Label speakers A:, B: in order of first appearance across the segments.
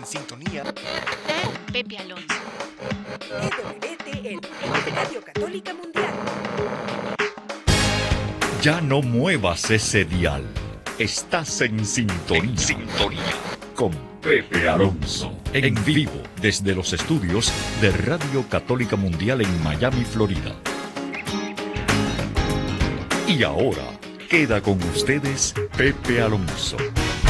A: sintonía
B: con Pepe Alonso.
C: EWTN, Radio Católica Mundial.
D: Ya no muevas ese dial. Estás en sintonía. Con Pepe Alonso. En vivo desde los estudios de Radio Católica Mundial en Miami, Florida. Y ahora queda con ustedes Pepe Alonso.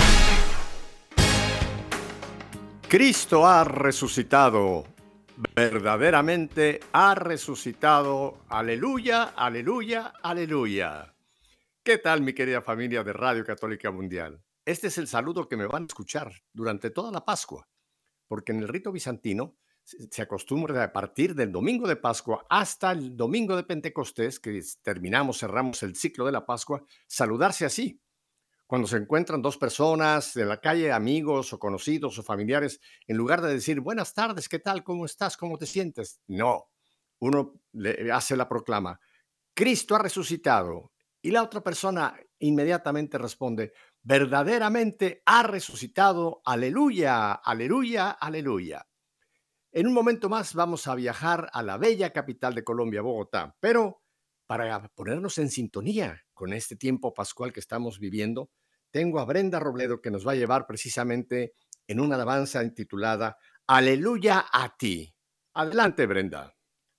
E: Cristo ha resucitado, verdaderamente ha resucitado. Aleluya, aleluya, aleluya. ¿Qué tal, mi querida familia de Radio Católica Mundial? Este es el saludo que me van a escuchar durante toda la Pascua, porque en el rito bizantino se acostumbra a partir del domingo de Pascua hasta el domingo de Pentecostés, que cerramos el ciclo de la Pascua, saludarse así. Cuando se encuentran dos personas de la calle, amigos o conocidos o familiares, en lugar de decir buenas tardes, ¿qué tal? ¿Cómo estás? ¿Cómo te sientes? No, uno le hace la proclama, Cristo ha resucitado. Y la otra persona inmediatamente responde, verdaderamente ha resucitado, aleluya, aleluya, aleluya. En un momento más vamos a viajar a la bella capital de Colombia, Bogotá, pero para ponernos en sintonía con este tiempo pascual que estamos viviendo, tengo a Brenda Robledo que nos va a llevar precisamente en una alabanza intitulada Aleluya a ti. Adelante, Brenda.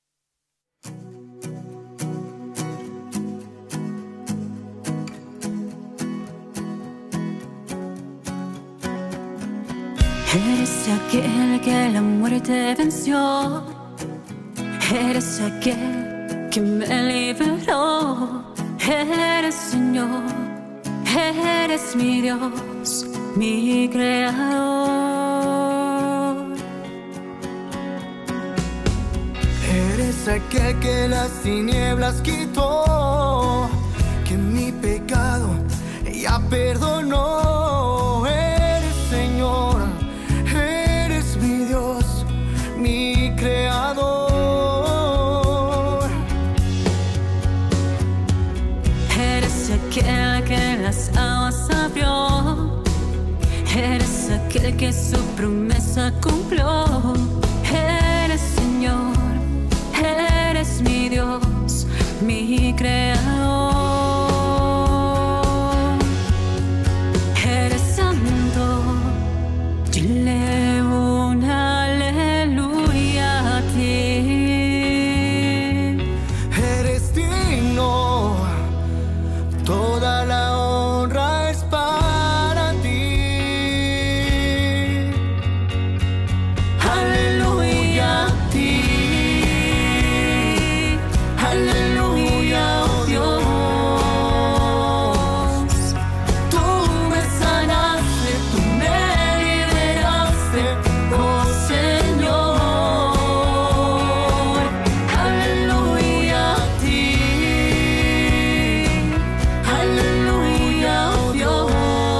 F: Eres aquel que la muerte venció, eres aquel que me liberó, eres Señor, eres mi Dios, mi Creador.
G: Eres aquel que las tinieblas quitó, que mi pecado ya perdonó, eres Señor, eres mi Dios, mi Creador.
F: Eres aquel que las aguas abrió, eres aquel que su promesa cumplió, eres Señor, eres mi Dios, mi Creador. Eres santo, yo elevo un aleluya a ti.
G: Eres digno, toda la honra es para ti. Aleluya a ti. Aleluya, oh Dios. Tú me sanaste, tú me liberaste, oh Señor. Aleluya a ti. Aleluya, oh Dios.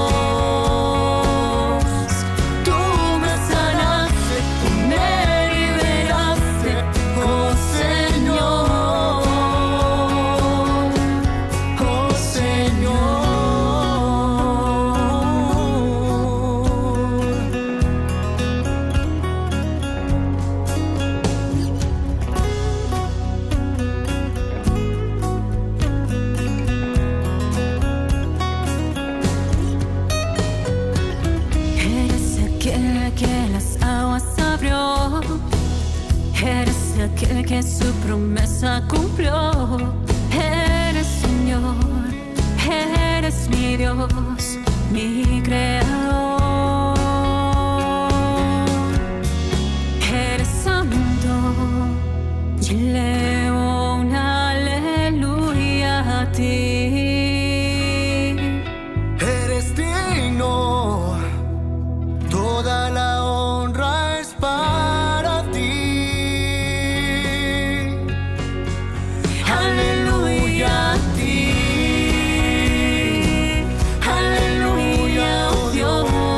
G: Tú me sanaste, tú me liberaste, oh Señor. Oh Señor.
F: Eres aquel que las aguas abrió, eres aquel que su promesa cumplió, eres Señor, eres mi Dios, mi Creador. Eres santo, yo elevo un aleluya a ti.
G: Eres digno, toda la honra es para ti. Aleluya a ti. Aleluya, oh Dios.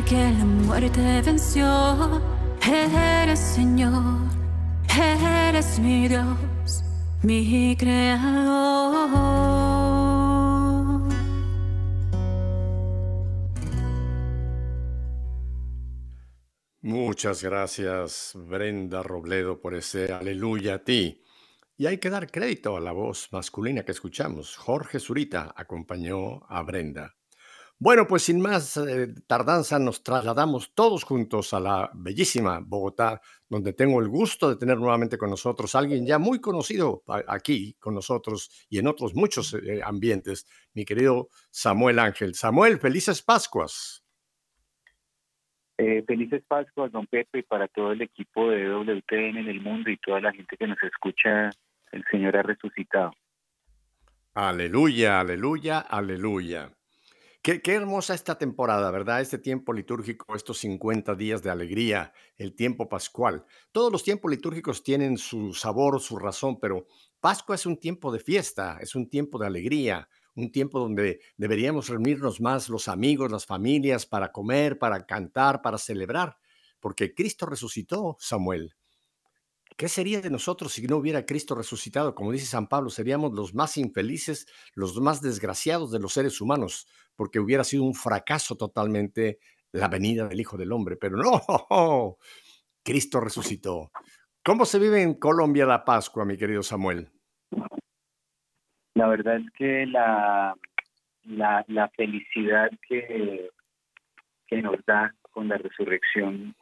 F: que la muerte venció. Eres Señor, eres mi Dios, mi creador.
E: Muchas gracias, Brenda Robledo, por ese aleluya a ti. Y hay que dar crédito a la voz masculina que escuchamos. Jorge Zurita acompañó a Brenda. Bueno, pues sin más tardanza nos trasladamos todos juntos a la bellísima Bogotá, donde tengo el gusto de tener nuevamente con nosotros a alguien ya muy conocido aquí con nosotros y en otros muchos ambientes, mi querido Samuel Ángel. Samuel, felices Pascuas.
A: Felices Pascuas, don Pepe, y para todo el equipo de WTN en el mundo y toda la gente que nos escucha, el Señor ha resucitado.
E: Aleluya, aleluya, aleluya. Qué hermosa esta temporada, ¿verdad? Este tiempo litúrgico, estos 50 días de alegría, el tiempo pascual. Todos los tiempos litúrgicos tienen su sabor, su razón, pero Pascua es un tiempo de fiesta, es un tiempo de alegría, un tiempo donde deberíamos reunirnos más los amigos, las familias, para comer, para cantar, para celebrar, porque Cristo resucitó, Samuel. ¿Qué sería de nosotros si no hubiera Cristo resucitado? Como dice San Pablo, seríamos los más infelices, los más desgraciados de los seres humanos, porque hubiera sido un fracaso totalmente la venida del Hijo del Hombre. Pero no, Cristo resucitó. ¿Cómo se vive en Colombia la Pascua, mi querido Samuel?
A: La verdad es que la felicidad que nos da con la resurrección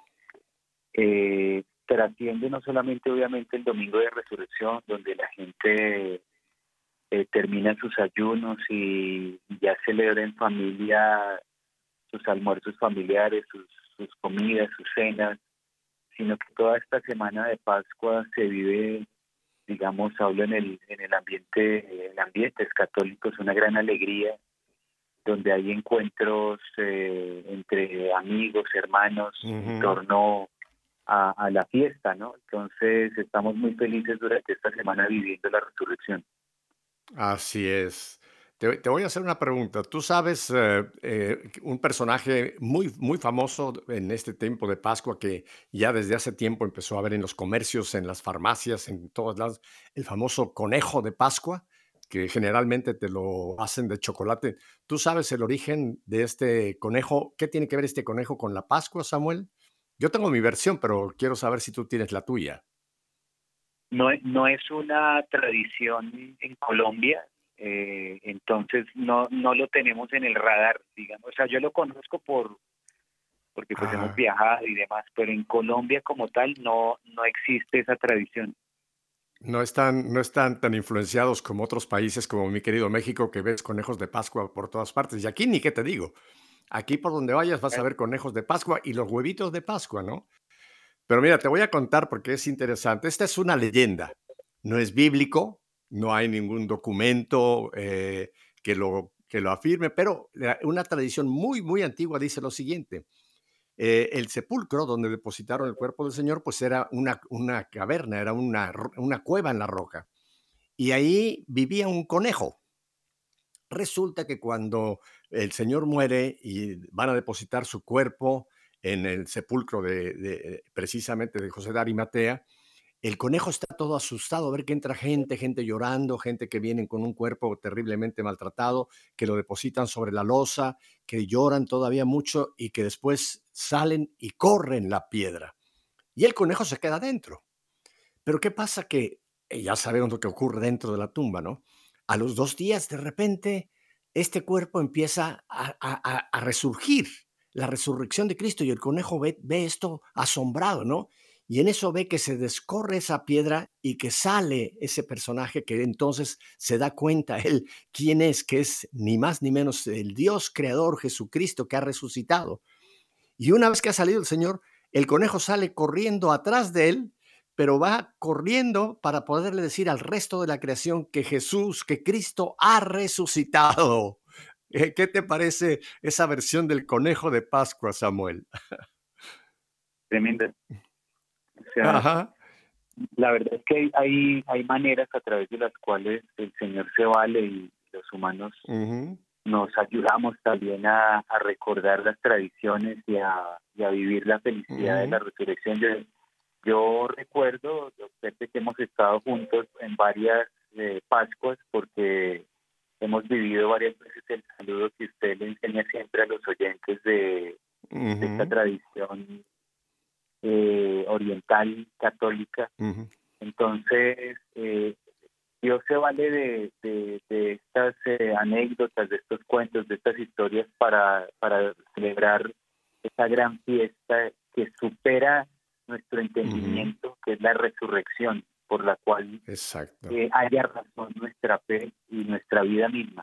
A: trasciende no solamente obviamente el domingo de resurrección, donde la gente termina sus ayunos y ya celebra en familia sus almuerzos familiares, sus comidas, sus cenas, sino que toda esta semana de Pascua se vive, digamos, hablo en el ambiente es católico, es una gran alegría, donde hay encuentros entre amigos, hermanos, en torno a la fiesta, ¿no? Entonces estamos muy felices durante esta semana viviendo la resurrección.
E: Así es. Te voy a hacer una pregunta. Tú sabes un personaje muy, muy famoso en este tiempo de Pascua que ya desde hace tiempo empezó a ver en los comercios, en las farmacias, en todos lados, el famoso conejo de Pascua, que generalmente te lo hacen de chocolate. ¿Tú sabes el origen de este conejo? ¿Qué tiene que ver este conejo con la Pascua, Samuel? Yo tengo mi versión, pero quiero saber si tú tienes la tuya.
A: No es una tradición en Colombia, entonces no lo tenemos en el radar, digamos. O sea, yo lo conozco porque pues hemos viajado y demás, pero en Colombia como tal no existe esa tradición.
E: No están tan influenciados como otros países, como mi querido México, que ves conejos de Pascua por todas partes. Y aquí ni qué te digo. Aquí por donde vayas vas a ver conejos de Pascua y los huevitos de Pascua, ¿no? Pero mira, te voy a contar porque es interesante. Esta es una leyenda. No es bíblico, no hay ningún documento que lo afirme, pero una tradición muy, muy antigua dice lo siguiente. El sepulcro donde depositaron el cuerpo del Señor, pues era una caverna, era una cueva en la roca. Y ahí vivía un conejo. Resulta que cuando el Señor muere y van a depositar su cuerpo en el sepulcro precisamente de José de Arimatea, el conejo está todo asustado a ver que entra gente llorando, gente que viene con un cuerpo terriblemente maltratado, que lo depositan sobre la losa, que lloran todavía mucho y que después salen y corren la piedra. Y el conejo se queda dentro. Pero ¿qué pasa? Que ya sabemos lo que ocurre dentro de la tumba, ¿no? A los 2 días, de repente, este cuerpo empieza a resurgir, la resurrección de Cristo, y el conejo ve esto asombrado, ¿no? Y en eso ve que se descorre esa piedra y que sale ese personaje que entonces se da cuenta él quién es, que es ni más ni menos el Dios creador Jesucristo que ha resucitado. Y una vez que ha salido el Señor, el conejo sale corriendo atrás de él, pero va corriendo para poderle decir al resto de la creación que Jesús, que Cristo ha resucitado. ¿Qué te parece esa versión del conejo de Pascua, Samuel?
A: Tremenda. O sea,
E: Ajá.
A: La verdad es que hay maneras a través de las cuales el Señor se vale y los humanos nos ayudamos también a recordar las tradiciones y a vivir la felicidad de la resurrección. Yo recuerdo, Pepe, que hemos estado juntos en varias Pascuas, porque hemos vivido varias veces el saludo que usted le enseña siempre a los oyentes de esta tradición oriental católica. Entonces, Dios se vale de estas anécdotas, de estos cuentos, de estas historias para celebrar esta gran fiesta que supera nuestro entendimiento, que es la resurrección, por la cual haya razón nuestra fe y nuestra vida misma.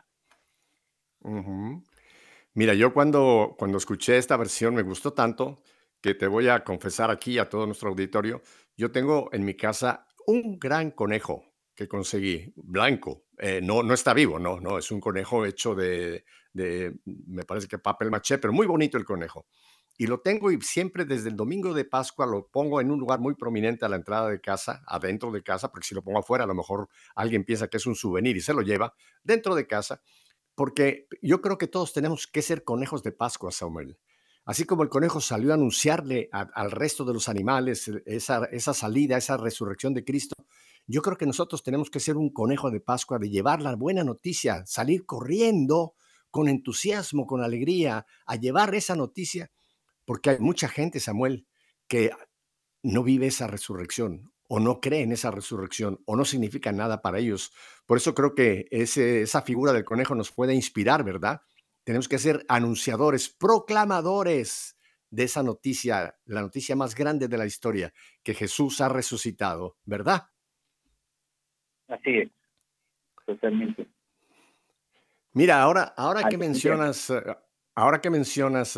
E: Mira, yo cuando escuché esta versión me gustó tanto que te voy a confesar aquí a todo nuestro auditorio. Yo tengo en mi casa un gran conejo que conseguí, blanco. No está vivo, no, es un conejo hecho de, me parece que papel maché, pero muy bonito el conejo. Y lo tengo y siempre desde el domingo de Pascua lo pongo en un lugar muy prominente a la entrada de casa, adentro de casa, porque si lo pongo afuera a lo mejor alguien piensa que es un souvenir y se lo lleva dentro de casa, porque yo creo que todos tenemos que ser conejos de Pascua, Samuel. Así como el conejo salió a anunciarle al resto de los animales esa salida, esa resurrección de Cristo, yo creo que nosotros tenemos que ser un conejo de Pascua, de llevar la buena noticia, salir corriendo con entusiasmo, con alegría, a llevar esa noticia, porque hay mucha gente, Samuel, que no vive esa resurrección o no cree en esa resurrección o no significa nada para ellos. Por eso creo que esa figura del conejo nos puede inspirar, ¿verdad? Tenemos que ser anunciadores, proclamadores de esa noticia, la noticia más grande de la historia, que Jesús ha resucitado, ¿verdad?
A: Así es, totalmente.
E: Mira, ahora que mencionas... Ahora que mencionas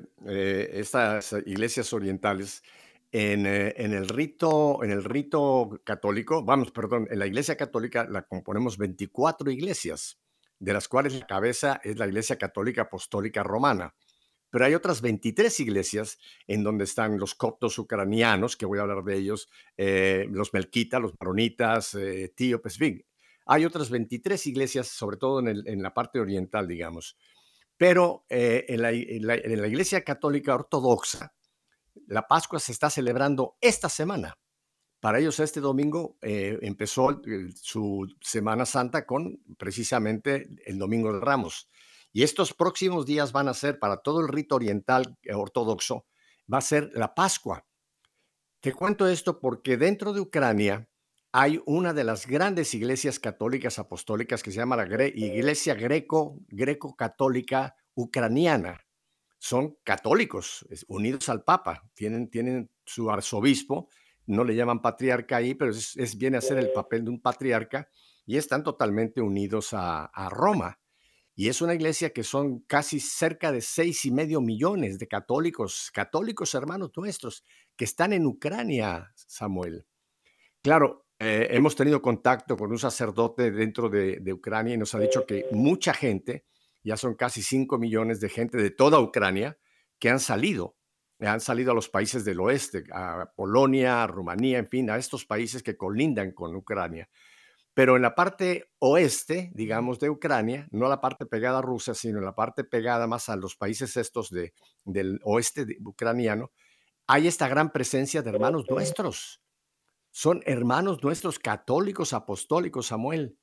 E: estas iglesias orientales, en el rito católico, en la iglesia católica la componemos 24 iglesias, de las cuales la cabeza es la Iglesia Católica Apostólica Romana. Pero hay otras 23 iglesias en donde están los coptos ucranianos, que voy a hablar de ellos, los melquitas, los maronitas, etíopes, hay otras 23 iglesias, sobre todo en la parte oriental, digamos. Pero en la Iglesia Católica Ortodoxa, la Pascua se está celebrando esta semana. Para ellos este domingo empezó su Semana Santa con precisamente el Domingo de Ramos. Y estos próximos días van a ser, para todo el rito oriental ortodoxo, va a ser la Pascua. Te cuento esto porque dentro de Ucrania hay una de las grandes iglesias católicas apostólicas que se llama la Iglesia Greco-Católica Ucraniana. Son católicos, unidos al Papa, tienen su arzobispo, no le llaman patriarca ahí, pero viene a ser el papel de un patriarca, y están totalmente unidos a Roma. Y es una iglesia que son casi cerca de 6,5 millones de católicos hermanos nuestros, que están en Ucrania, Samuel. Claro, hemos tenido contacto con un sacerdote dentro de Ucrania y nos ha dicho que mucha gente, ya son casi 5 millones de gente de toda Ucrania, que han salido a los países del oeste, a Polonia, a Rumanía, en fin, a estos países que colindan con Ucrania. Pero en la parte oeste, digamos, de Ucrania, no la parte pegada a Rusia, sino en la parte pegada más a los países estos del oeste ucraniano, hay esta gran presencia de hermanos nuestros. Son hermanos nuestros católicos apostólicos, Samuel.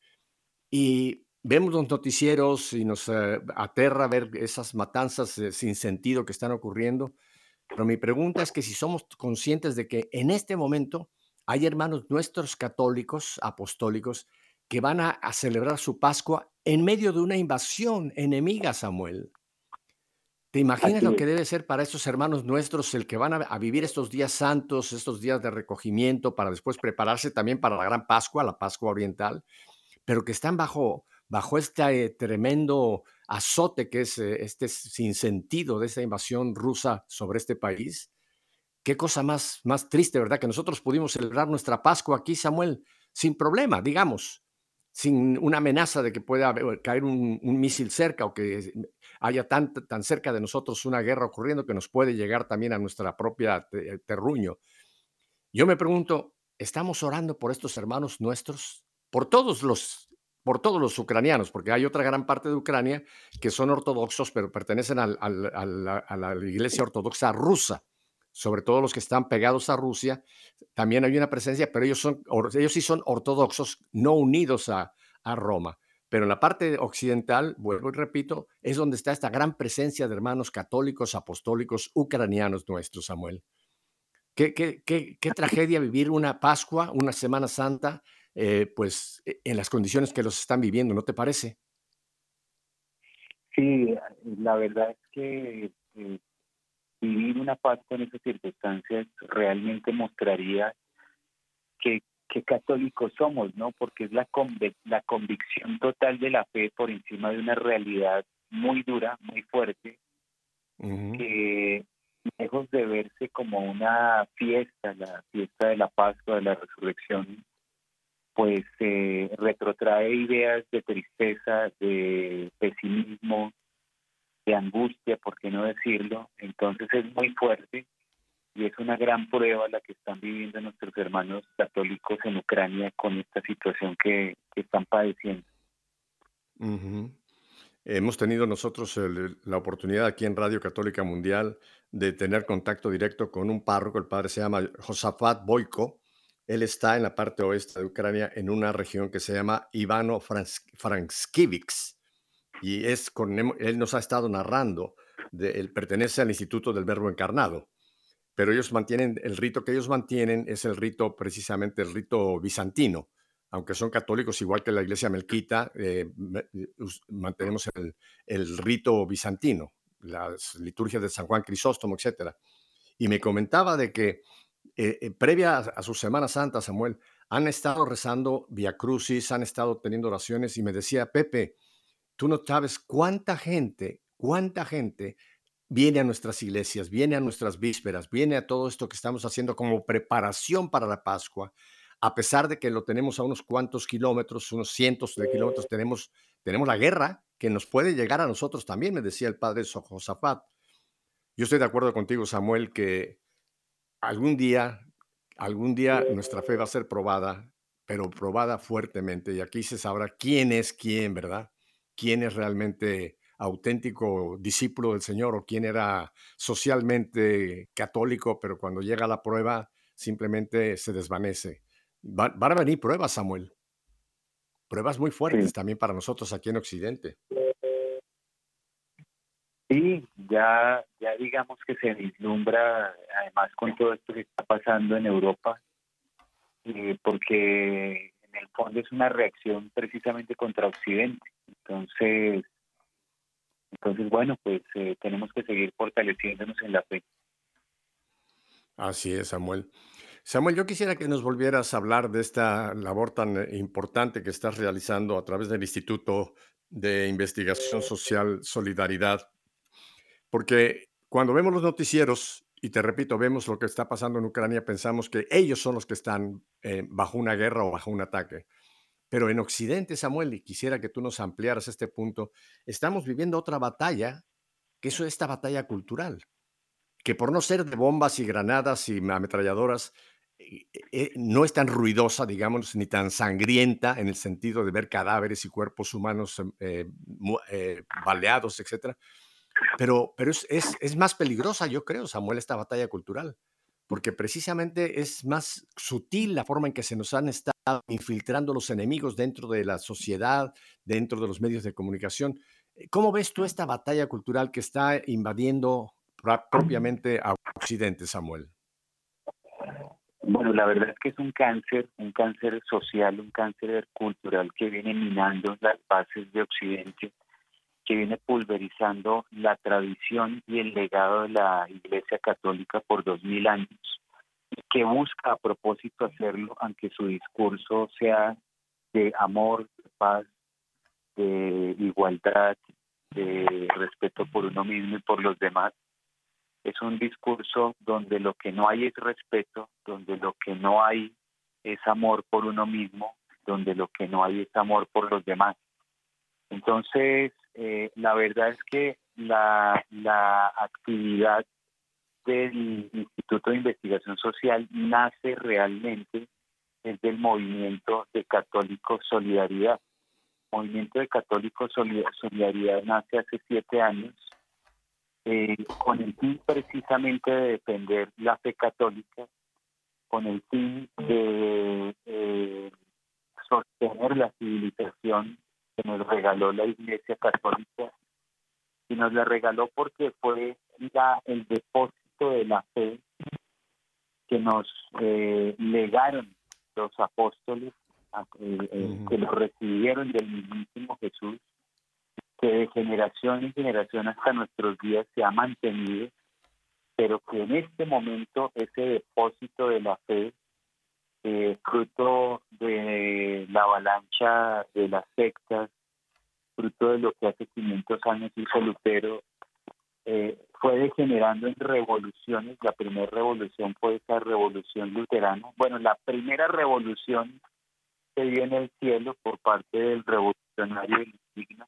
E: Y vemos los noticieros y nos aterra ver esas matanzas sin sentido que están ocurriendo. Pero mi pregunta es que si somos conscientes de que en este momento hay hermanos nuestros católicos apostólicos que van a celebrar su Pascua en medio de una invasión enemiga, Samuel. ¿Te imaginas lo que debe ser para estos hermanos nuestros el que van a vivir estos días santos, estos días de recogimiento para después prepararse también para la gran Pascua, la Pascua oriental, pero que están bajo este tremendo azote que es este sinsentido de esta invasión rusa sobre este país? Qué cosa más triste, ¿verdad? Que nosotros pudimos celebrar nuestra Pascua aquí, Samuel, sin problema, digamos, sin una amenaza de que pueda caer un misil cerca o que haya tan cerca de nosotros una guerra ocurriendo que nos puede llegar también a nuestra propia terruño. Yo me pregunto, ¿estamos orando por estos hermanos nuestros? Por por todos los ucranianos, porque hay otra gran parte de Ucrania que son ortodoxos, pero pertenecen a la iglesia ortodoxa rusa, sobre todo los que están pegados a Rusia. También hay una presencia, pero ellos sí son ortodoxos, no unidos a Roma. Pero en la parte occidental, vuelvo y repito, es donde está esta gran presencia de hermanos católicos, apostólicos, ucranianos nuestros, Samuel. Qué tragedia vivir una Pascua, una Semana Santa, pues en las condiciones que los están viviendo, ¿no te parece?
A: Sí, la verdad es que vivir una Pascua en esas circunstancias realmente mostraría qué católicos somos, ¿no? Porque es la convicción total de la fe por encima de una realidad muy dura, muy fuerte, que lejos de verse como una fiesta, la fiesta de la Pascua, de la Resurrección, pues retrotrae ideas de tristeza, de pesimismo, de angustia, por qué no decirlo. Entonces es muy fuerte y es una gran prueba la que están viviendo nuestros hermanos católicos en Ucrania con esta situación que están padeciendo.
E: Hemos tenido nosotros la oportunidad aquí en Radio Católica Mundial de tener contacto directo con un párroco. El padre se llama Josafat Boyko. Él está en la parte oeste de Ucrania, en una región que se llama Ivano-Frankivsk. Y él nos ha estado narrando, él pertenece al Instituto del Verbo Encarnado, pero ellos mantienen, el rito que ellos mantienen es el rito, precisamente el rito bizantino. Aunque son católicos, igual que la iglesia melquita, mantenemos el rito bizantino, las liturgias de San Juan Crisóstomo, etc. Y me comentaba de que previa a su Semana Santa, Samuel, han estado rezando Via Crucis, han estado teniendo oraciones, y me decía, Pepe, tú no sabes cuánta gente viene a nuestras iglesias, viene a nuestras vísperas, viene a todo esto que estamos haciendo como preparación para la Pascua. A pesar de que lo tenemos a unos cuantos kilómetros, unos cientos de kilómetros, tenemos la guerra que nos puede llegar a nosotros también, me decía el padre Josafat. Yo estoy de acuerdo contigo, Samuel, que algún día nuestra fe va a ser probada, pero probada fuertemente. Y aquí se sabrá quién es quién, ¿verdad? Quién es realmente auténtico discípulo del Señor o quién era socialmente católico, pero cuando llega la prueba simplemente se desvanece. Van a venir pruebas, Samuel. Pruebas muy fuertes
A: Sí.
E: también para nosotros aquí en Occidente.
A: Sí, ya digamos que se vislumbra, además con todo esto que está pasando en Europa, porque en el fondo es una reacción precisamente contra Occidente. Entonces bueno, pues tenemos que seguir fortaleciéndonos en la fe.
E: Así es, Samuel. Samuel, yo quisiera que nos volvieras a hablar de esta labor tan importante que estás realizando a través del Instituto de Investigación Social Solidaridad, porque cuando vemos los noticieros, y te repito, vemos lo que está pasando en Ucrania, pensamos que ellos son los que están bajo una guerra o bajo un ataque. Pero en Occidente, Samuel, y quisiera que tú nos ampliaras este punto, estamos viviendo otra batalla, que es esta batalla cultural, que por no ser de bombas y granadas y ametralladoras, no es tan ruidosa, digamos, ni tan sangrienta en el sentido de ver cadáveres y cuerpos humanos baleados, etcétera. Pero es más peligrosa, yo creo, Samuel, esta batalla cultural, porque precisamente es más sutil la forma en que se nos han estado infiltrando los enemigos dentro de la sociedad, dentro de los medios de comunicación. ¿Cómo ves tú esta batalla cultural que está invadiendo propiamente a Occidente, Samuel?
A: Bueno, la verdad es que es un cáncer social, un cáncer cultural que viene minando las bases de Occidente, que viene pulverizando la tradición y el legado de la Iglesia Católica por 2000 años, y que busca a propósito hacerlo, aunque su discurso sea de amor, de paz, de igualdad, de respeto por uno mismo y por los demás. Es un discurso donde lo que no hay es respeto, donde lo que no hay es amor por uno mismo, donde lo que no hay es amor por los demás. Entonces, la verdad es que la actividad del Instituto de Investigación Social nace realmente desde el movimiento de Católicos Solidaridad. movimiento de Católicos Solidaridad nace hace 7 años con el fin precisamente de defender la fe católica, con el fin de sostener la civilización que nos regaló la Iglesia Católica, y nos la regaló porque fue el depósito de la fe que nos legaron los apóstoles, que lo recibieron del mismísimo Jesús, que de generación en generación hasta nuestros días se ha mantenido, pero que en este momento ese depósito de la fe, fruto de la avalancha de las sectas, fruto de lo que hace 500 años hizo Lutero, fue degenerando en revoluciones. La primera revolución fue esa revolución luterana. Bueno, la primera revolución se dio en el cielo por parte del revolucionario del Insignia,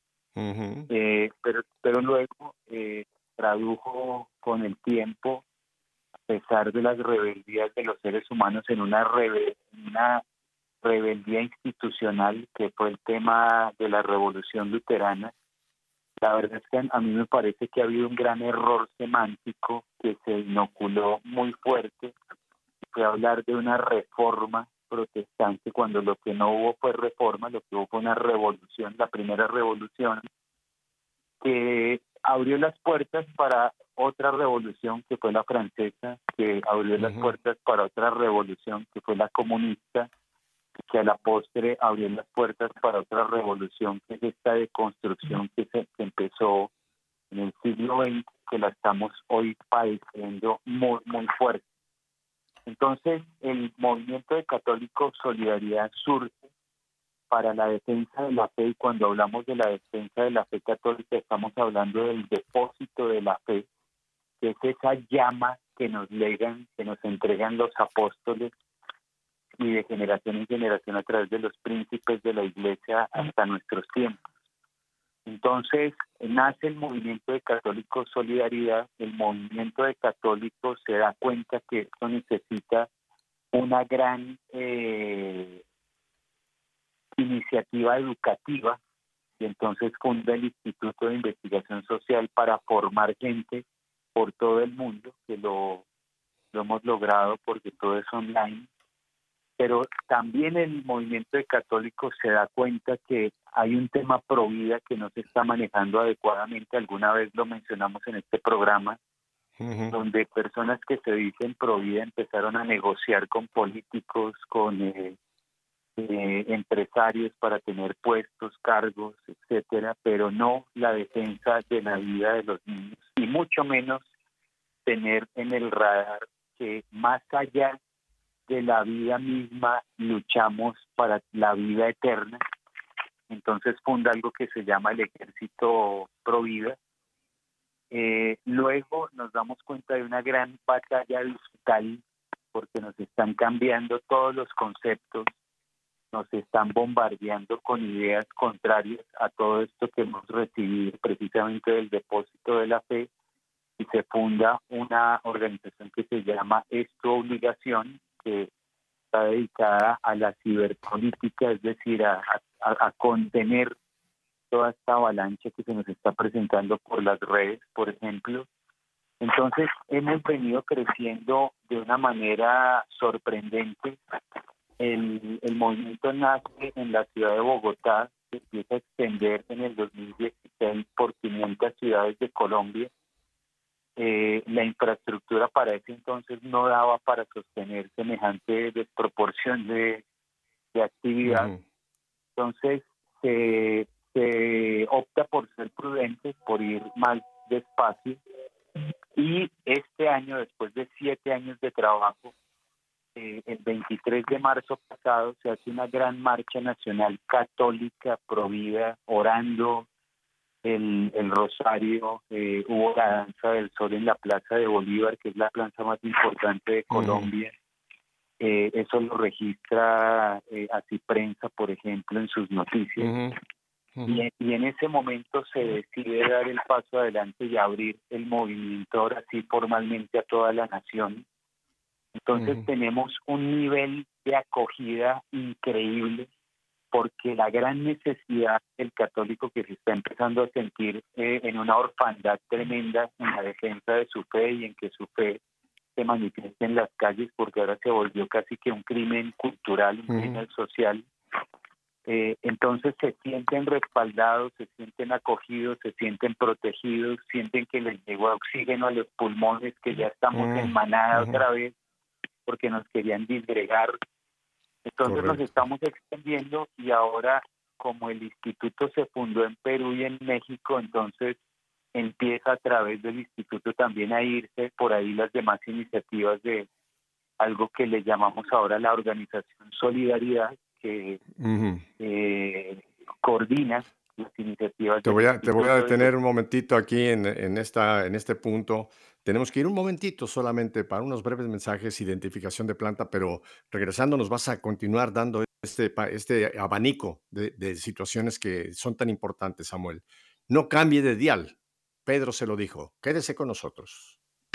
A: pero luego tradujo con el tiempo, a pesar de las rebeldías de los seres humanos, en una rebeldía institucional, que fue el tema de la revolución luterana. La verdad es que a mí me parece que ha habido un gran error semántico que se inoculó muy fuerte. Fue hablar de una reforma protestante cuando lo que no hubo fue reforma, lo que hubo fue una revolución, la primera revolución, que abrió las puertas para otra revolución, que fue la francesa, que abrió las puertas para otra revolución, que fue la comunista, que a la postre abrió las puertas para otra revolución, que es esta deconstrucción que empezó en el siglo XX, que la estamos hoy padeciendo muy, muy fuerte. Entonces, el movimiento de Católicos Solidaridad surge para la defensa de la fe, y cuando hablamos de la defensa de la fe católica estamos hablando del depósito de la fe, que es esa llama que nos legan, que nos entregan los apóstoles, y de generación en generación a través de los príncipes de la Iglesia hasta nuestros tiempos. Entonces, nace el movimiento de Católicos Solidaridad. El movimiento de católicos se da cuenta que esto necesita una gran iniciativa educativa, y entonces funda el Instituto de Investigación Social para formar gente por todo el mundo, que lo hemos logrado porque todo es online. Pero también el movimiento de católicos se da cuenta que hay un tema pro vida que no se está manejando adecuadamente. Alguna vez lo mencionamos en este programa, donde personas que se dicen pro vida empezaron a negociar con políticos, con empresarios para tener puestos, cargos, etcétera, pero no la defensa de la vida de los niños, y mucho menos tener en el radar que más allá de la vida misma luchamos para la vida eterna. Entonces funda algo que se llama el Ejército Pro Vida. Luego nos damos cuenta de una gran batalla digital, porque nos están cambiando todos los conceptos, nos están bombardeando con ideas contrarias a todo esto que hemos recibido precisamente del depósito de la fe, y se funda una organización que se llama Es Tu Obligación, que está dedicada a la ciberpolítica, es decir, a contener toda esta avalancha que se nos está presentando por las redes, por ejemplo. Entonces, hemos venido creciendo de una manera sorprendente. El movimiento nace en la ciudad de Bogotá, se empieza a extender en el 2016 por 500 ciudades de Colombia. La infraestructura para ese entonces no daba para sostener semejante desproporción de actividad. Entonces se opta por ser prudentes, por ir más despacio, y este año, después de 7 años de trabajo, el 23 de marzo pasado se hace una gran marcha nacional católica pro vida, orando el rosario. Hubo la danza del sol en la Plaza de Bolívar, que es la plaza más importante de Colombia. Eso lo registra así Prensa, por ejemplo, en sus noticias. Y en ese momento se decide dar el paso adelante y abrir el movimiento ahora sí formalmente a toda la nación. Entonces tenemos un nivel de acogida increíble. porque la gran necesidad del católico que se está empezando a sentir en una orfandad tremenda en la defensa de su fe y en que su fe se manifieste en las calles, porque ahora se volvió casi que un crimen cultural, un crimen social. Entonces se sienten respaldados, se sienten acogidos, se sienten protegidos, sienten que les llegó oxígeno a los pulmones, que ya estamos en manada otra vez, porque nos querían disgregar. Entonces nos estamos extendiendo, y ahora, como el instituto se fundó en Perú y en México, entonces empieza a través del instituto también a irse por ahí las demás iniciativas de algo que le llamamos ahora la Organización Solidaridad, que coordina las iniciativas.
E: Te voy a detener un momentito aquí en este punto. Tenemos que ir un momentito solamente para unos breves mensajes, identificación de planta, pero regresando nos vas a continuar dando este abanico de situaciones que son tan importantes, Samuel. No cambie de dial. Pedro se lo dijo. Quédese con nosotros.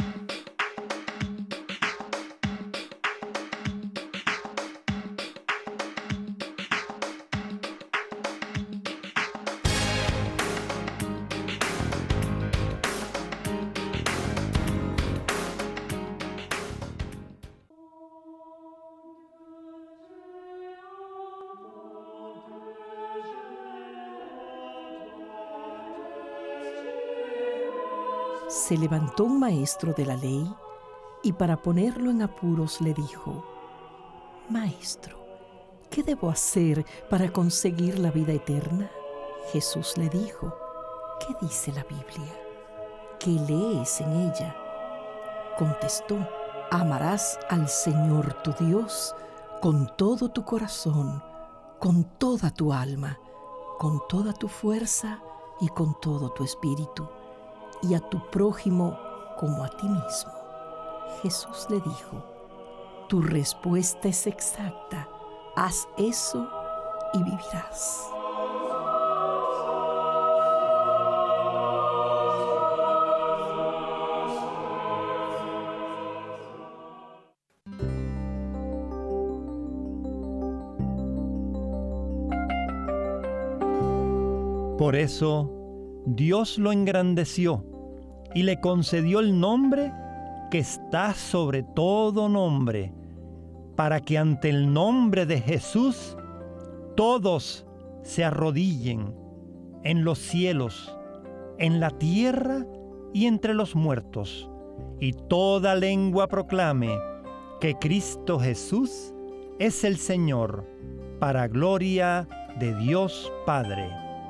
H: Se levantó un maestro de la ley y para ponerlo en apuros le dijo: Maestro, ¿qué debo hacer para conseguir la vida eterna? Jesús le dijo: ¿qué dice la Biblia? ¿Qué lees en ella? Contestó: amarás al Señor tu Dios con todo tu corazón, con toda tu alma, con toda tu fuerza y con todo tu espíritu, y a tu prójimo como a ti mismo. Jesús le dijo: tu respuesta es exacta, haz eso y vivirás.
I: Por eso, Dios lo engrandeció y le concedió el nombre que está sobre todo nombre, para que ante el nombre de Jesús todos se arrodillen en los cielos, en la tierra y entre los muertos, y toda lengua proclame que Cristo Jesús es el Señor, para gloria de Dios Padre.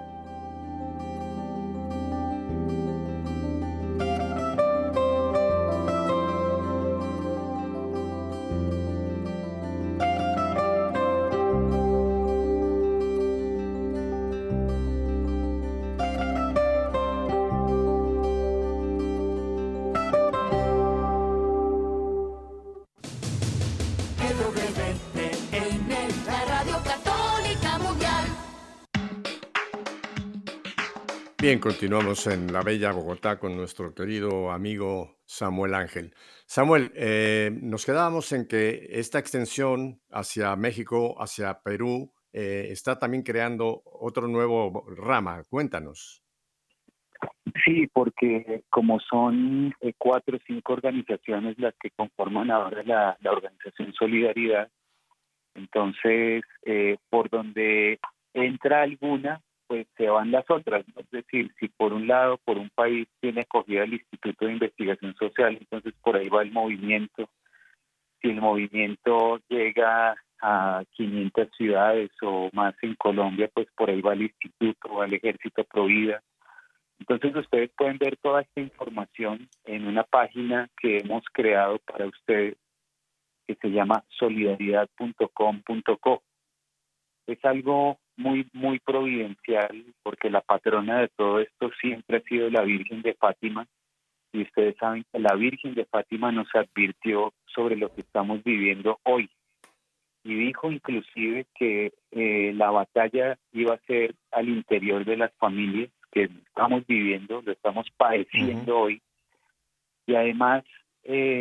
E: Bien, continuamos en la bella Bogotá con nuestro querido amigo Samuel Ángel. Samuel, nos quedábamos en que esta extensión hacia México, hacia Perú, está también creando otro nuevo rama. Cuéntanos.
A: Sí, porque como son 4 o 5 organizaciones las que conforman ahora la Organización Solidaridad, entonces por donde entra alguna, pues se van las otras, ¿no? Es decir, si por un lado, por un país tiene acogida el Instituto de Investigación Social, entonces por ahí va el movimiento. Si el movimiento llega a 500 ciudades o más en Colombia, pues por ahí va el Instituto, va el Ejército Provida. Entonces ustedes pueden ver toda esta información en una página que hemos creado para ustedes, que se llama solidaridad.com.co. Es algo muy providencial, porque la patrona de todo esto siempre ha sido la Virgen de Fátima, y ustedes saben que la Virgen de Fátima nos advirtió sobre lo que estamos viviendo hoy, y dijo inclusive que la batalla iba a ser al interior de las familias, que estamos viviendo, lo estamos padeciendo hoy, y además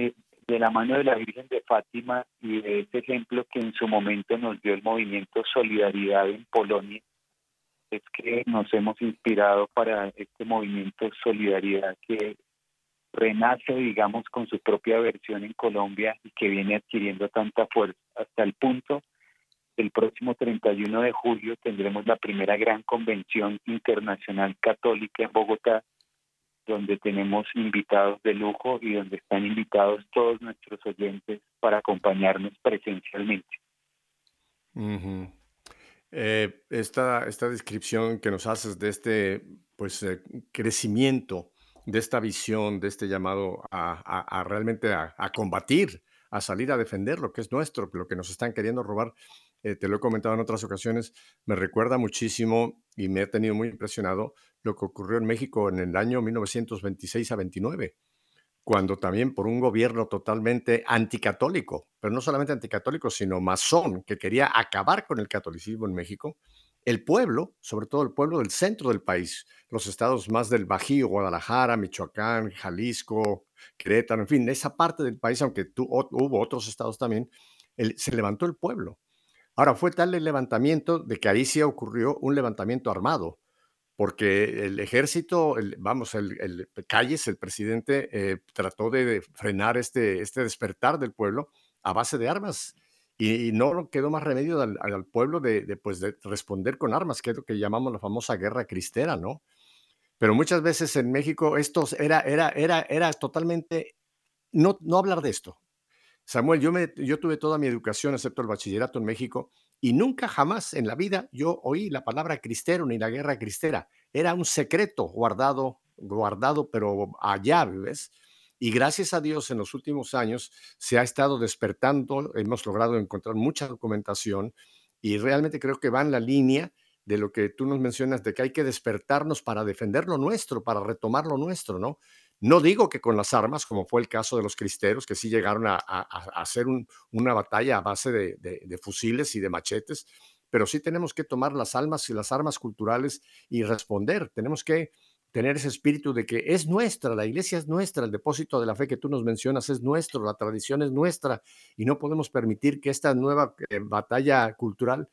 A: de la mano de la Virgen de Fátima y de ese ejemplo que en su momento nos dio el movimiento Solidaridad en Polonia, es que nos hemos inspirado para este movimiento Solidaridad que renace, digamos, con su propia versión en Colombia y que viene adquiriendo tanta fuerza hasta el punto que el próximo 31 de julio tendremos la primera gran convención internacional católica en Bogotá, donde tenemos invitados de lujo y donde están invitados todos nuestros oyentes para acompañarnos presencialmente.
E: Uh-huh. Esta descripción que nos haces de este crecimiento, de esta visión, de este llamado a realmente a combatir, a salir a defender lo que es nuestro, lo que nos están queriendo robar, te lo he comentado en otras ocasiones, me recuerda muchísimo y me ha tenido muy impresionado lo que ocurrió en México en el año 1926 a 29, cuando también por un gobierno totalmente anticatólico, pero no solamente anticatólico, sino masón, que quería acabar con el catolicismo en México, el pueblo, sobre todo el pueblo del centro del país, los estados más del Bajío, Guadalajara, Michoacán, Jalisco, Querétaro, en fin, esa parte del país, aunque hubo otros estados también, se levantó el pueblo. Ahora, fue tal el levantamiento de que ahí sí ocurrió un levantamiento armado, porque el ejército, Calles, el presidente, trató de frenar este despertar del pueblo a base de armas y no quedó más remedio al pueblo de responder con armas, que es lo que llamamos la famosa guerra cristera, ¿no? Pero muchas veces en México esto era totalmente no hablar de esto. Samuel, yo tuve toda mi educación, excepto el bachillerato en México, y nunca jamás en la vida yo oí la palabra cristero ni la guerra cristera. Era un secreto guardado, pero allá, ¿ves? Y gracias a Dios en los últimos años se ha estado despertando, hemos logrado encontrar mucha documentación y realmente creo que va en la línea de lo que tú nos mencionas, de que hay que despertarnos para defender lo nuestro, para retomar lo nuestro, ¿no? No digo que con las armas, como fue el caso de los cristeros, que sí llegaron a hacer una batalla a base de fusiles y de machetes, pero sí tenemos que tomar las armas culturales y responder. Tenemos que tener ese espíritu de que es nuestra, la iglesia es nuestra, el depósito de la fe que tú nos mencionas es nuestro, la tradición es nuestra y no podemos permitir que esta nueva batalla cultural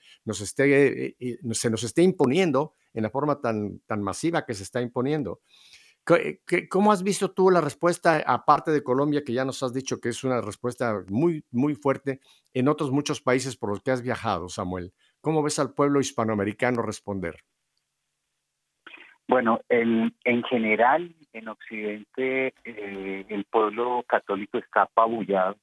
E: se nos esté imponiendo en la forma tan masiva que se está imponiendo. ¿Cómo has visto tú la respuesta, aparte de Colombia, que ya nos has dicho que es una respuesta muy, muy fuerte, en otros muchos países por los que has viajado, Samuel? ¿Cómo ves al pueblo hispanoamericano responder?
A: Bueno, en general, en Occidente, el pueblo católico está apabullado.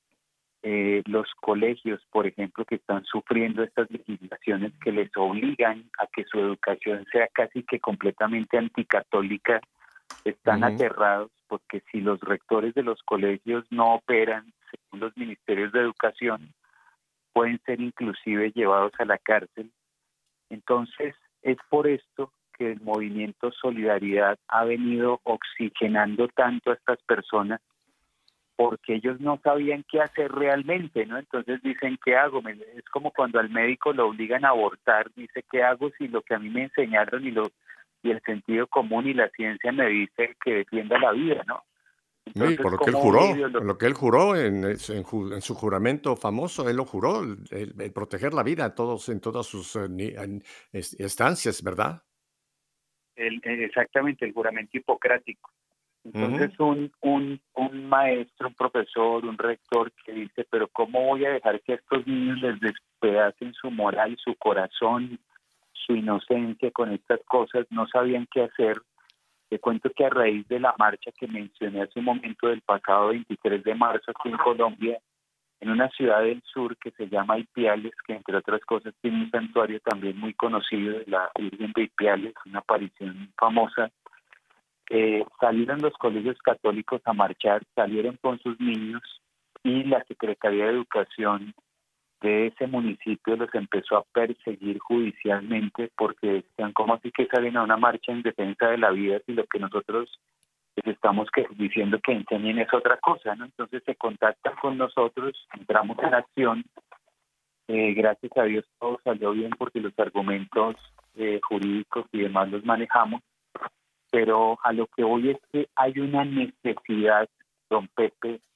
A: Los colegios, por ejemplo, que están sufriendo estas legislaciones que les obligan a que su educación sea casi que completamente anticatólica, están aterrados porque si los rectores de los colegios no operan según los ministerios de educación, pueden ser inclusive llevados a la cárcel. Entonces, es por esto que el movimiento Solidaridad ha venido oxigenando tanto a estas personas, porque ellos no sabían qué hacer realmente, ¿no? Entonces dicen, ¿qué hago? Es como cuando al médico lo obligan a abortar, dice, ¿qué hago si lo que a mí me enseñaron y el sentido común y la ciencia me dice que defienda la vida, ¿no? Entonces,
E: por lo que él juró, en su juramento famoso, él lo juró, el proteger la vida en todas sus estancias, ¿verdad?
A: Exactamente, el juramento hipocrático. Entonces un maestro, un profesor, un rector que dice, pero ¿cómo voy a dejar que a estos niños les despedacen su moral, su corazón, su inocencia con estas cosas? No sabían qué hacer. Te cuento que a raíz de la marcha que mencioné hace un momento del pasado 23 de marzo aquí en Colombia, en una ciudad del sur que se llama Ipiales, que entre otras cosas tiene un santuario también muy conocido de la Virgen de Ipiales, una aparición famosa, salieron los colegios católicos a marchar, salieron con sus niños y la Secretaría de Educación de ese municipio los empezó a perseguir judicialmente porque decían, ¿cómo así que salen a una marcha en defensa de la vida si lo que nosotros les estamos diciendo que enseñen es otra cosa, ¿no? Entonces se contactan con nosotros, entramos en acción, gracias a Dios todo salió bien porque los argumentos jurídicos y demás los manejamos, pero a lo que voy es que hay una necesidad, don Pepe,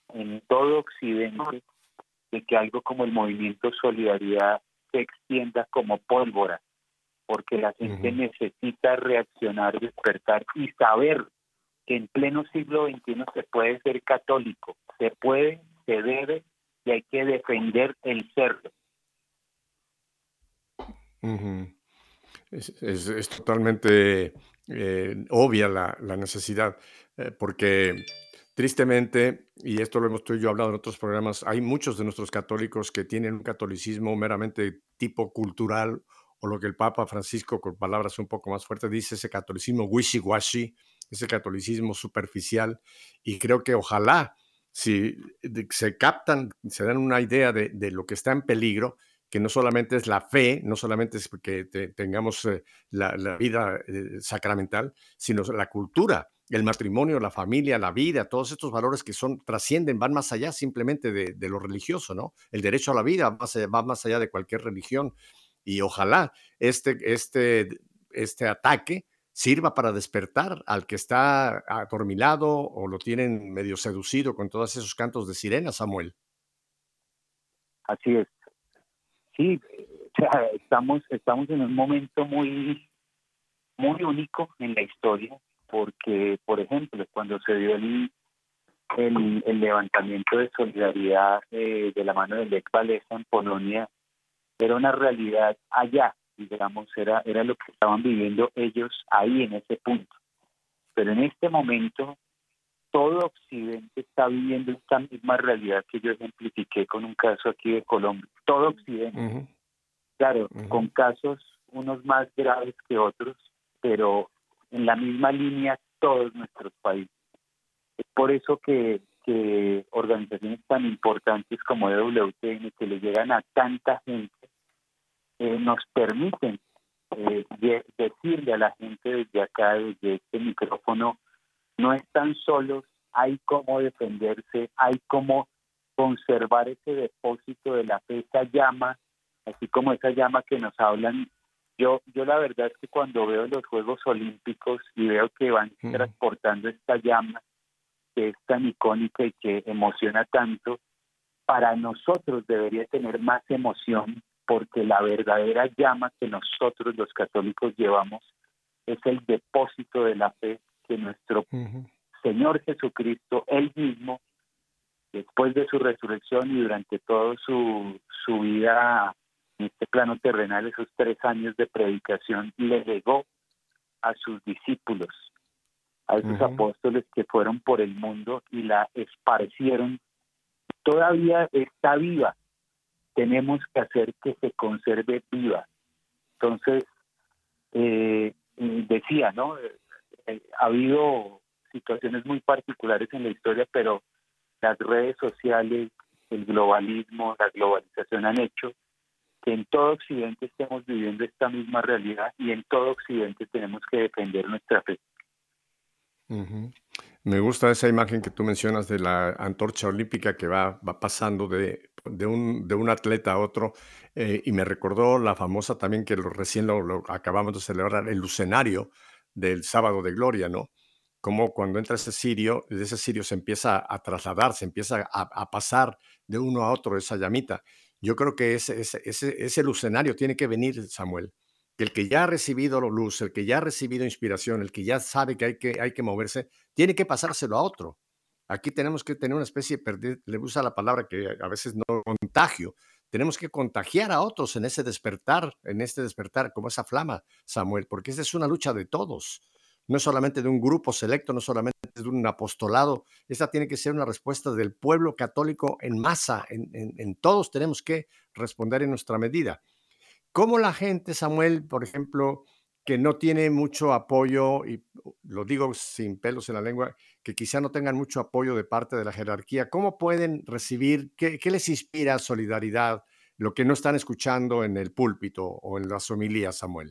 A: en todo Occidente de que algo como el movimiento Solidaridad se extienda como pólvora, porque la gente necesita reaccionar, despertar y saber que en pleno siglo XXI se puede ser católico, se puede, se debe y hay que defender el serlo.
E: Es totalmente obvia la necesidad, porque tristemente, y esto lo hemos tú y yo hablado en otros programas, hay muchos de nuestros católicos que tienen un catolicismo meramente tipo cultural, o lo que el Papa Francisco, con palabras un poco más fuertes, dice, ese catolicismo wishy-washy, ese catolicismo superficial, y creo que ojalá, si se captan, se dan una idea de lo que está en peligro, que no solamente es la fe, no solamente es que tengamos la vida sacramental, sino la cultura, el matrimonio, la familia, la vida, todos estos valores que trascienden, van más allá simplemente de lo religioso, ¿no? El derecho a la vida va más allá de cualquier religión, y ojalá este ataque sirva para despertar al que está adormilado o lo tienen medio seducido con todos esos cantos de sirena, Samuel.
A: Así es. Sí, o sea, estamos en un momento muy único en la historia, porque, por ejemplo, cuando se dio el levantamiento de solidaridad de la mano de Lech Walesa en Polonia, era una realidad allá, digamos, era lo que estaban viviendo ellos ahí en ese punto. Pero en este momento, todo Occidente está viviendo esta misma realidad que yo ejemplifiqué con un caso aquí de Colombia. Todo Occidente. Claro, con casos unos más graves que otros, pero en la misma línea todos nuestros países. Es por eso que organizaciones tan importantes como EWTN, que le llegan a tanta gente, nos permiten decirle a la gente desde acá, desde este micrófono, no están solos, hay cómo defenderse, hay cómo conservar ese depósito de la fe, esa llama, así como esa llama que nos hablan. Yo la verdad es que cuando veo los Juegos Olímpicos y veo que van transportando esta llama que es tan icónica y que emociona tanto, para nosotros debería tener más emoción, porque la verdadera llama que nosotros los católicos llevamos es el depósito de la fe que nuestro Señor Jesucristo, Él mismo, después de su resurrección y durante toda su vida en este plano terrenal, esos 3 años de predicación, le legó a sus discípulos, a esos apóstoles que fueron por el mundo y la esparcieron. Todavía está viva, tenemos que hacer que se conserve viva. Entonces, decía, ¿no? Ha habido situaciones muy particulares en la historia, pero las redes sociales, el globalismo, la globalización han hecho que en todo Occidente estemos viviendo esta misma realidad y en todo Occidente tenemos que defender nuestra fe.
E: Me gusta esa imagen que tú mencionas de la antorcha olímpica que va pasando de un atleta a otro, y me recordó la famosa también que recién lo acabamos de celebrar, el lucenario del Sábado de Gloria, ¿no? Como cuando entra ese cirio, de ese cirio se empieza a trasladar, se empieza a pasar de uno a otro esa llamita. Yo creo que ese lucenario tiene que venir, Samuel, que el que ya ha recibido luz, el que ya ha recibido inspiración, el que ya sabe que hay que moverse, tiene que pasárselo a otro. Aquí tenemos que tener una especie, le usa la palabra que a veces no, contagio. Tenemos que contagiar a otros en este despertar, como esa flama, Samuel, porque esta es una lucha de todos. No es solamente de un grupo selecto, no solamente de un apostolado. Esta tiene que ser una respuesta del pueblo católico en masa. En todos tenemos que responder en nuestra medida. ¿Cómo la gente, Samuel, por ejemplo, que no tiene mucho apoyo, y lo digo sin pelos en la lengua, que quizá no tengan mucho apoyo de parte de la jerarquía, cómo pueden recibir, qué les inspira solidaridad, lo que no están escuchando en el púlpito o en las homilías, Samuel?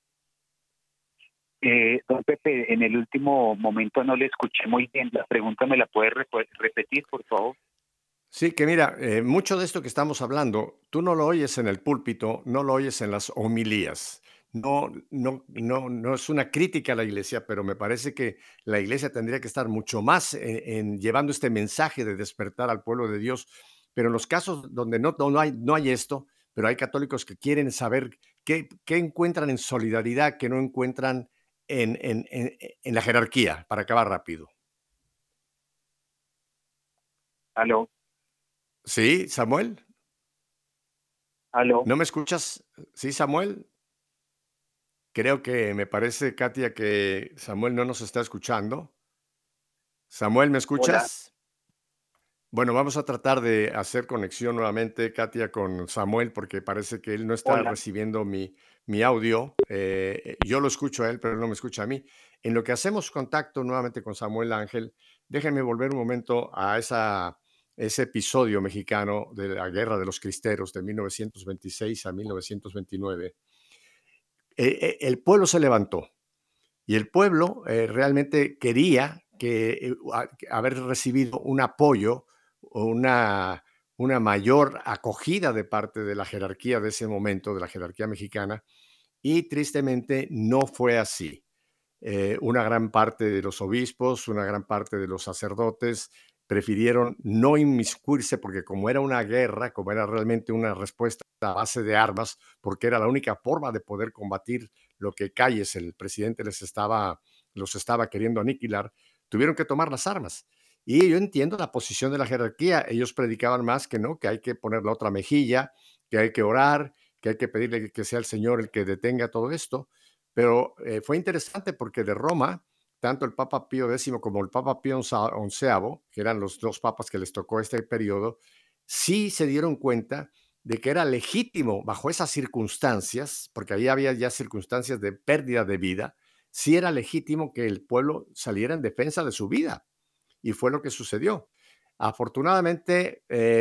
A: Don Pepe, en el último momento no le escuché muy bien. La pregunta, ¿me la puede repetir, por favor?
E: Sí, que mira, mucho de esto que estamos hablando, tú no lo oyes en el púlpito, no lo oyes en las homilías. no es una crítica a la iglesia, pero me parece que la iglesia tendría que estar mucho más en llevando este mensaje de despertar al pueblo de Dios. Pero en los casos donde no hay esto, pero hay católicos que quieren saber qué encuentran en solidaridad que no encuentran en la jerarquía, para acabar rápido.
A: ¿Aló?
E: ¿Sí, Samuel?
A: ¿Aló?
E: ¿No me escuchas? ¿Sí, Samuel? Creo que me parece, Katia, que Samuel no nos está escuchando. Samuel, ¿me
A: Hola.
E: escuchas? Bueno, vamos a tratar de hacer conexión nuevamente, Katia, con Samuel, porque parece que él no está
A: Hola.
E: recibiendo mi audio. Yo lo escucho a él, pero él no me escucha a mí. En lo que hacemos contacto nuevamente con Samuel Ángel, déjenme volver un momento a ese episodio mexicano de la Guerra de los Cristeros de 1926 a 1929. El pueblo se levantó y el pueblo realmente quería haber recibido un apoyo o una mayor acogida de parte de la jerarquía de ese momento, de la jerarquía mexicana, y tristemente no fue así. Una gran parte de los obispos, una gran parte de los sacerdotes prefirieron no inmiscuirse porque como era una guerra, como era realmente una respuesta a base de armas, porque era la única forma de poder combatir lo que Calles, el presidente, los estaba queriendo aniquilar, tuvieron que tomar las armas. Y yo entiendo la posición de la jerarquía. Ellos predicaban más que no, que hay que poner la otra mejilla, que hay que orar, que hay que pedirle que sea el Señor el que detenga todo esto. Pero fue interesante porque de Roma, tanto el Papa Pío X como el Papa Pío XI, que eran los dos papas que les tocó este periodo, sí se dieron cuenta de que era legítimo bajo esas circunstancias, porque ahí había ya circunstancias de pérdida de vida, sí era legítimo que el pueblo saliera en defensa de su vida. Y fue lo que sucedió. Afortunadamente,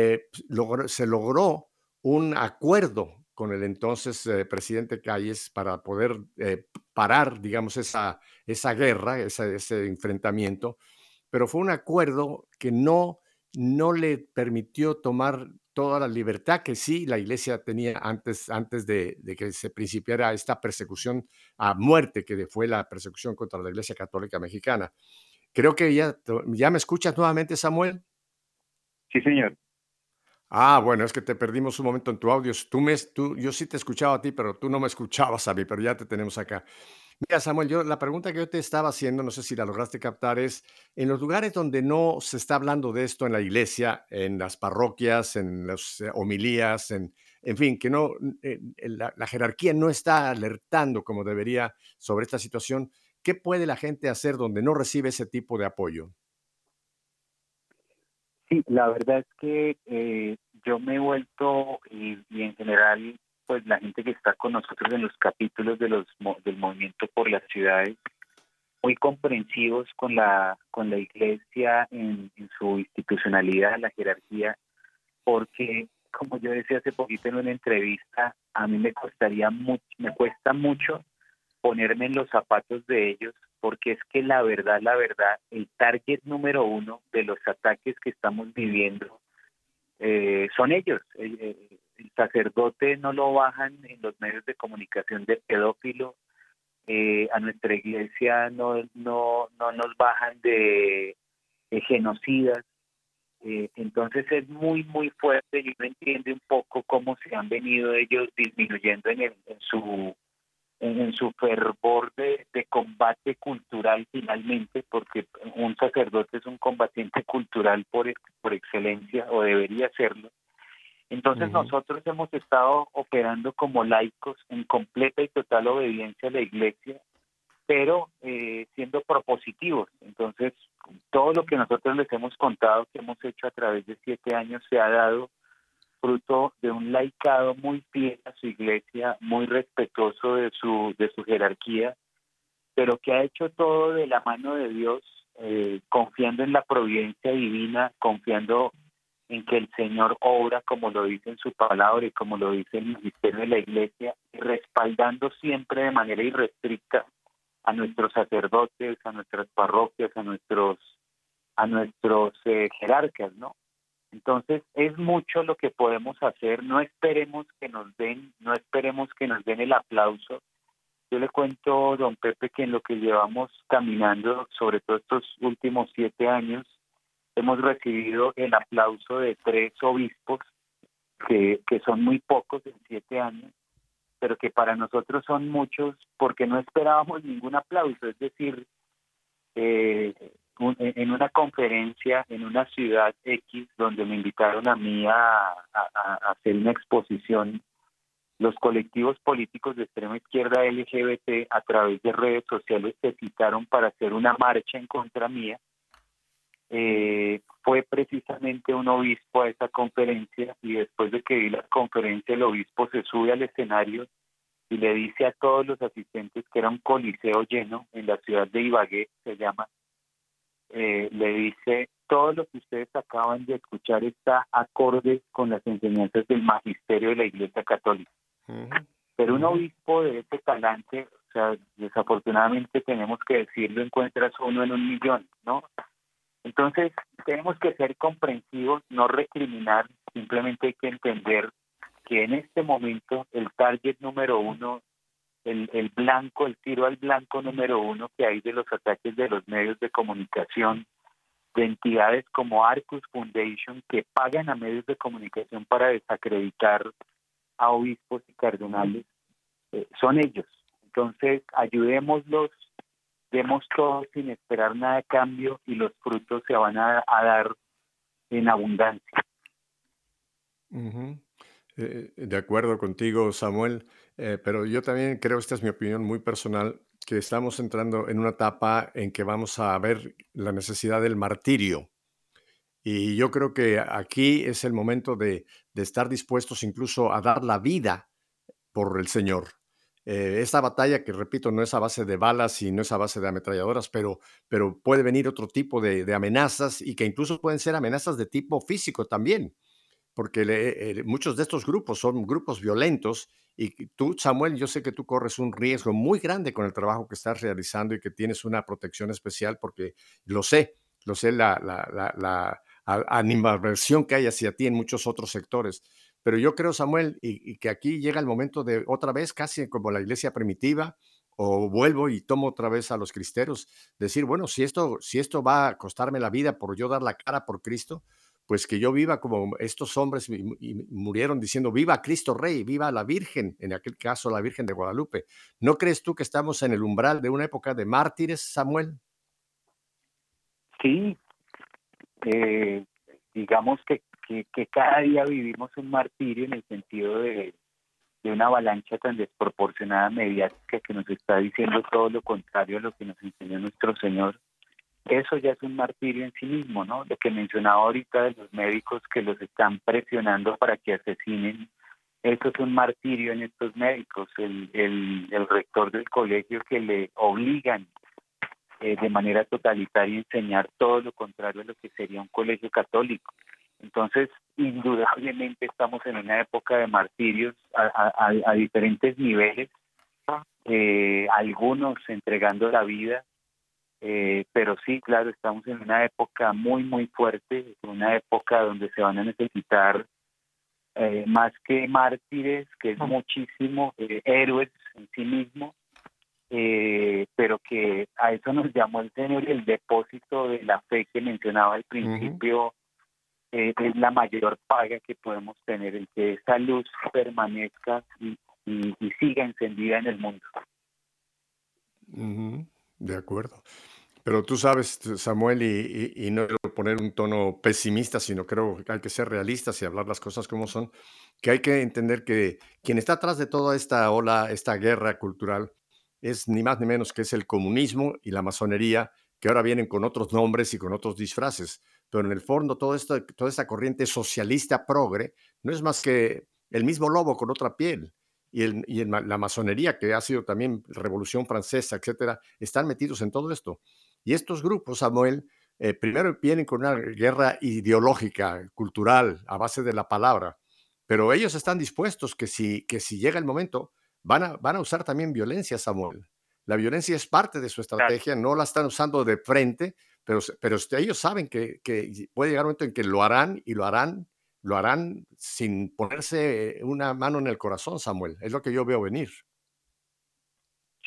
E: se logró un acuerdo con el entonces presidente Calles para poder parar, digamos, esa guerra, ese enfrentamiento, pero fue un acuerdo que no le permitió tomar toda la libertad que sí la iglesia tenía antes de que se principiara esta persecución a muerte, que fue la persecución contra la Iglesia Católica Mexicana. Creo que ya me escuchas nuevamente, Samuel.
A: Sí, señor.
E: Bueno, es que te perdimos un momento en tu audio. Yo sí te escuchaba a ti, pero tú no me escuchabas a mí, pero ya te tenemos acá. Mira, Samuel, la pregunta que yo te estaba haciendo, no sé si la lograste captar, es, en los lugares donde no se está hablando de esto en la iglesia, en las parroquias, en las homilías, en fin, que no, la jerarquía no está alertando como debería sobre esta situación, ¿qué puede la gente hacer donde no recibe ese tipo de apoyo?
A: Sí, la verdad es que yo me he vuelto, y en general, pues la gente que está con nosotros en los capítulos del movimiento por las ciudades, muy comprensivos con la iglesia en su institucionalidad, la jerarquía, porque, como yo decía hace poquito en una entrevista, a mí me cuesta mucho ponerme en los zapatos de ellos, porque es que la verdad, el target número uno de los ataques que estamos viviendo son ellos. El sacerdote no lo bajan en los medios de comunicación de pedófilo, a nuestra iglesia no nos bajan de genocidas. Entonces es muy, muy fuerte, y uno entiende un poco cómo se han venido ellos disminuyendo en su fervor de combate cultural finalmente, porque un sacerdote es un combatiente cultural por excelencia, o debería serlo. Entonces nosotros hemos estado operando como laicos en completa y total obediencia a la iglesia, pero siendo propositivos. Entonces todo lo que nosotros les hemos contado, que hemos hecho a través de 7 años, se ha dado fruto de un laicado muy fiel a su iglesia, muy respetuoso de su jerarquía, pero que ha hecho todo de la mano de Dios, confiando en la providencia divina, confiando en que el Señor obra como lo dice en su palabra y como lo dice el magisterio de la iglesia, y respaldando siempre de manera irrestricta a nuestros sacerdotes, a nuestras parroquias, a nuestros jerarcas, ¿no? Entonces es mucho lo que podemos hacer. No esperemos que nos den el aplauso, Yo le cuento, don Pepe, que en lo que llevamos caminando, sobre todo estos últimos 7 años, hemos recibido el aplauso de 3 obispos, que son muy pocos en 7 años, pero que para nosotros son muchos porque no esperábamos ningún aplauso. Es decir, en una conferencia en una ciudad X, donde me invitaron a mí a hacer una exposición, los colectivos políticos de extrema izquierda LGBT a través de redes sociales se citaron para hacer una marcha en contra mía. Fue precisamente un obispo a esa conferencia, y después de que vi la conferencia, el obispo se sube al escenario y le dice a todos los asistentes, que era un coliseo lleno en la ciudad de Ibagué, se llama, le dice: todo lo que ustedes acaban de escuchar está acorde con las enseñanzas del magisterio de la Iglesia Católica. Pero un obispo de ese talante, o sea, desafortunadamente tenemos que decirlo, encuentras uno en 1.000.000, ¿no? Entonces, tenemos que ser comprensivos, no recriminar, simplemente hay que entender que en este momento el target número 1, el blanco, el tiro al blanco número 1 que hay de los ataques de los medios de comunicación, de entidades como Arcus Foundation, que pagan a medios de comunicación para desacreditar a obispos y cardenales, son ellos. Entonces, ayudémoslos, demos todo sin esperar nada a cambio, y los frutos se van a dar en abundancia.
E: De acuerdo contigo, Samuel, pero yo también creo, esta es mi opinión muy personal, que estamos entrando en una etapa en que vamos a ver la necesidad del martirio. Y yo creo que aquí es el momento de estar dispuestos incluso a dar la vida por el Señor. Esta batalla, que repito, no es a base de balas y no es a base de ametralladoras, pero puede venir otro tipo de amenazas, y que incluso pueden ser amenazas de tipo físico también, porque muchos de estos grupos son grupos violentos, y tú, Samuel, yo sé que tú corres un riesgo muy grande con el trabajo que estás realizando y que tienes una protección especial, porque lo sé la animadversión que hay hacia ti en muchos otros sectores. Pero yo creo, Samuel, y que aquí llega el momento de otra vez, casi como la iglesia primitiva, o vuelvo y tomo otra vez a los cristeros, decir, bueno, si esto va a costarme la vida por yo dar la cara por Cristo, pues que yo viva como estos hombres y murieron diciendo: viva Cristo Rey, viva la Virgen, en aquel caso la Virgen de Guadalupe. ¿No crees tú que estamos en el umbral de una época de mártires, Samuel?
A: Sí, digamos que cada día vivimos un martirio, en el sentido de una avalancha tan desproporcionada mediática, que nos está diciendo todo lo contrario a lo que nos enseñó nuestro Señor. Eso ya es un martirio en sí mismo, ¿no? Lo que mencionaba ahorita de los médicos que los están presionando para que asesinen, eso es un martirio en estos médicos. El rector del colegio, que le obligan de manera totalitaria a enseñar todo lo contrario a lo que sería un colegio católico. Entonces, indudablemente estamos en una época de martirios a diferentes niveles, algunos entregando la vida, pero sí, claro, estamos en una época muy, muy fuerte, una época donde se van a necesitar más que mártires, que es muchísimo, héroes en sí mismos, pero que a eso nos llamó el Señor, y el depósito de la fe que mencionaba al principio. Es la mayor paga que podemos tener, el que esa luz permanezca y siga encendida en el mundo.
E: De acuerdo. Pero tú sabes, Samuel, y no quiero poner un tono pesimista, sino creo que hay que ser realistas y hablar las cosas como son, que hay que entender que quien está atrás de toda esta ola, esta guerra cultural, es ni más ni menos que es el comunismo y la masonería, que ahora vienen con otros nombres y con otros disfraces. Pero en el fondo, toda esta corriente socialista progre no es más que el mismo lobo con otra piel. Y la masonería, que ha sido también Revolución Francesa, etcétera, están metidos en todo esto. Y estos grupos, Samuel, primero vienen con una guerra ideológica, cultural, a base de la palabra, pero ellos están dispuestos que si llega el momento, van a usar también violencia, Samuel. La violencia es parte de su estrategia, no la están usando de frente, pero ellos saben que puede llegar un momento en que lo harán, y lo harán sin ponerse una mano en el corazón, Samuel. Es lo que yo veo venir.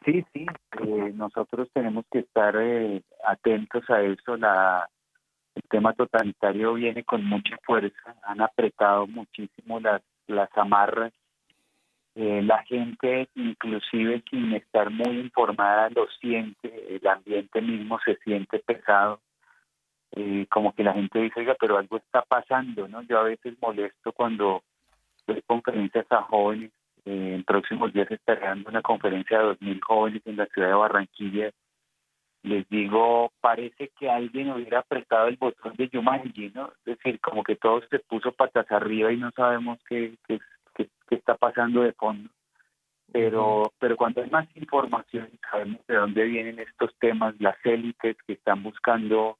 A: Sí, nosotros tenemos que estar atentos a eso. El tema totalitario viene con mucha fuerza, han apretado muchísimo las amarras. La gente, inclusive sin estar muy informada, lo siente, el ambiente mismo se siente pesado. Como que la gente dice, oiga, pero algo está pasando, ¿no? Yo a veces molesto cuando doy conferencias a jóvenes. En próximos días estaré dando una conferencia de 2.000 jóvenes en la ciudad de Barranquilla. Les digo, parece que alguien hubiera apretado el botón de Jumanji, ¿no? Es decir, como que todo se puso patas arriba y no sabemos qué está pasando de fondo. Pero cuando hay más información, sabemos de dónde vienen estos temas, las élites que están buscando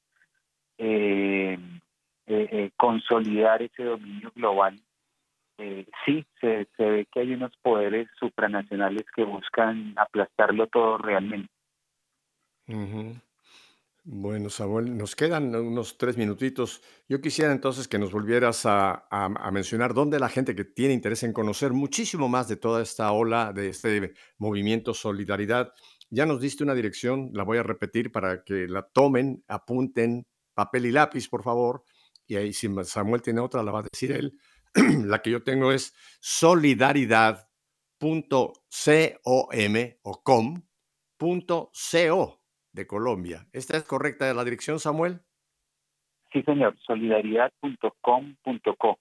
A: consolidar ese dominio global. Sí, se ve que hay unos poderes supranacionales que buscan aplastarlo todo realmente.
E: Ujú. Bueno, Samuel, nos quedan unos 3 minutitos. Yo quisiera entonces que nos volvieras a mencionar dónde la gente que tiene interés en conocer muchísimo más de toda esta ola, de este movimiento Solidaridad. Ya nos diste una dirección, la voy a repetir para que la tomen, apunten papel y lápiz, por favor. Y ahí si Samuel tiene otra, la va a decir él. La que yo tengo es solidaridad.com de Colombia. ¿Esta es correcta la dirección, Samuel?
A: Sí, señor, solidaridad.com.co.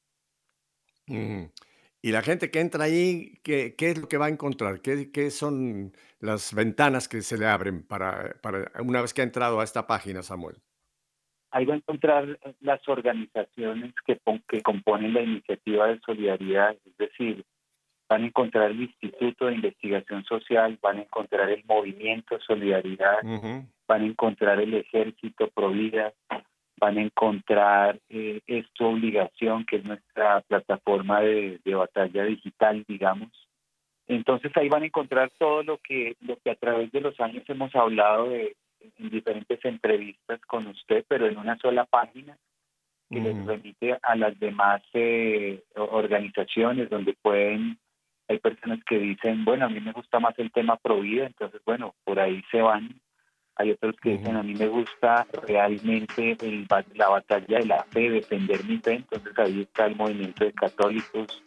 E: Y la gente que entra ahí, ¿qué es lo que va a encontrar? ¿Qué son las ventanas que se le abren para una vez que ha entrado a esta página, Samuel?
A: Ahí va a encontrar las organizaciones que componen la iniciativa de solidaridad, es decir, van a encontrar el Instituto de Investigación Social, van a encontrar el Movimiento Solidaridad, van a encontrar el Ejército Provida, van a encontrar Esto Obligación, que es nuestra plataforma de batalla digital, digamos. Entonces ahí van a encontrar todo lo que a través de los años hemos hablado en diferentes entrevistas con usted, pero en una sola página que les remite a las demás organizaciones donde hay personas que dicen, bueno, a mí me gusta más el tema Provida, entonces bueno, por ahí se van. Hay otros que dicen, a mí me gusta realmente la batalla de la fe, defender mi fe, entonces ahí está el movimiento de católicos.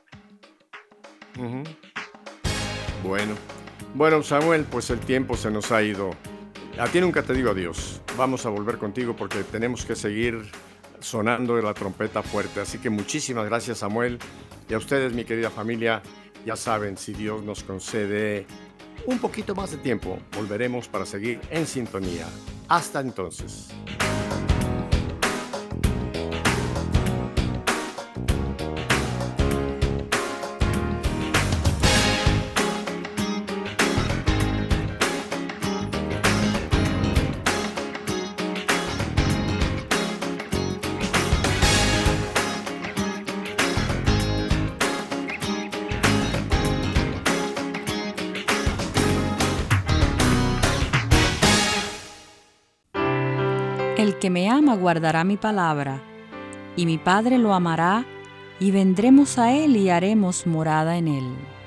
E: Bueno, Samuel, pues el tiempo se nos ha ido. A ti nunca te digo adiós. Vamos a volver contigo porque tenemos que seguir sonando la trompeta fuerte. Así que muchísimas gracias, Samuel. Y a ustedes, mi querida familia, ya saben, si Dios nos concede un poquito más de tiempo, volveremos para seguir en sintonía. Hasta entonces.
J: El que me ama guardará mi palabra, y mi Padre lo amará, y vendremos a él y haremos morada en él.